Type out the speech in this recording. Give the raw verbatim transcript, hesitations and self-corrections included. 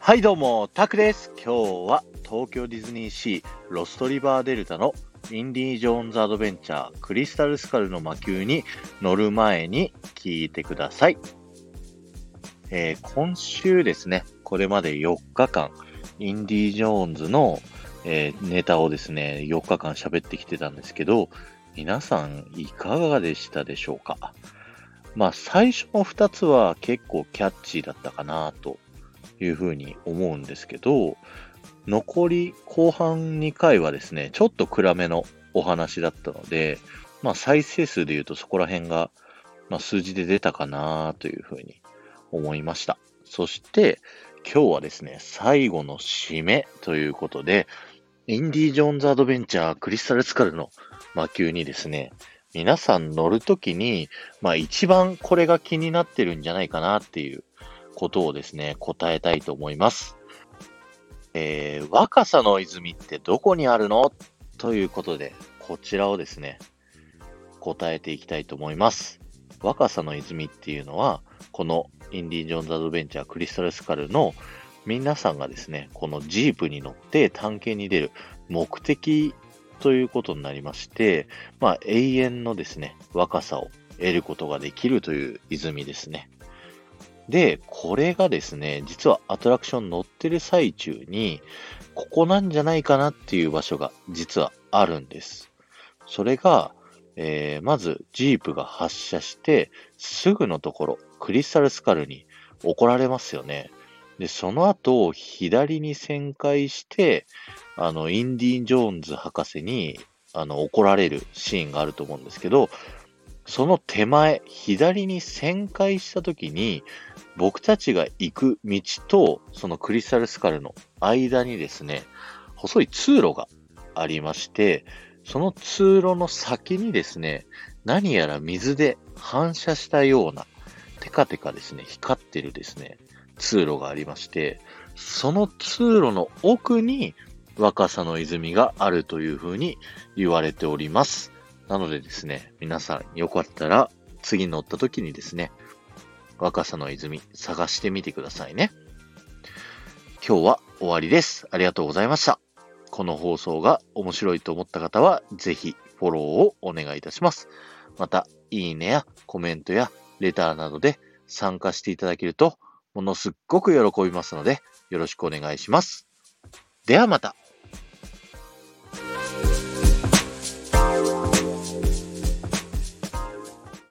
はいどうも、タクです。今日は東京ディズニーシーロストリバーデルタのインディ・ジョーンズ・アドベンチャークリスタル・スカルの魔球に乗る前に聞いてください。えー今週ですね、これまでよっかかん、インディ・ジョーンズの、えーネタをですね、よっかかん喋ってきてたんですけど、皆さんいかがでしたでしょうか。まあ最初のふたつは結構キャッチーだったかなというふうに思うんですけど、残り後半にかいはですね、ちょっと暗めのお話だったので、まあ再生数で言うとそこら辺が、まあ、数字で出たかなというふうに思いました。そして今日はですね、最後の締めということで、インディ・ジョーンズ・アドベンチャークリスタル・スカルの魔球にですね、皆さん乗るときに、まあ一番これが気になってるんじゃないかなっていうことをですね、答えたいと思います。えー、若狭の泉ってどこにあるのということで、こちらをですね、答えていきたいと思います。若狭の泉っていうのは、このインディ・ジョーンズ・アドベンチャークリスタル・スカルの皆さんがですね、このジープに乗って探検に出る目的ということになりまして、まあ永遠のですね、若さを得ることができるという泉ですね。で、これがですね、実はアトラクション乗ってる最中に、ここなんじゃないかなっていう場所が実はあるんです。それが、えーまずジープが発車して、すぐのところ、クリスタルスカルに怒られますよね。で、その後、左に旋回して、あの、インディ・ジョーンズ博士に、あの、怒られるシーンがあると思うんですけど、その手前、左に旋回したときに、僕たちが行く道と、そのクリスタルスカルの間にですね、細い通路がありまして、その通路の先にですね、何やら水で反射したような、テカテカですね、光ってるですね、通路がありまして、その通路の奥に若狭の泉があるというふうに言われております。なのでですね、皆さんよかったら次乗った時にですね、若狭の泉探してみてくださいね。今日は終わりです。ありがとうございました。この放送が面白いと思った方は、ぜひフォローをお願いいたします。また、いいねやコメントやレターなどで参加していただけると、ものすっごく喜びますので、よろしくお願いします。ではまた。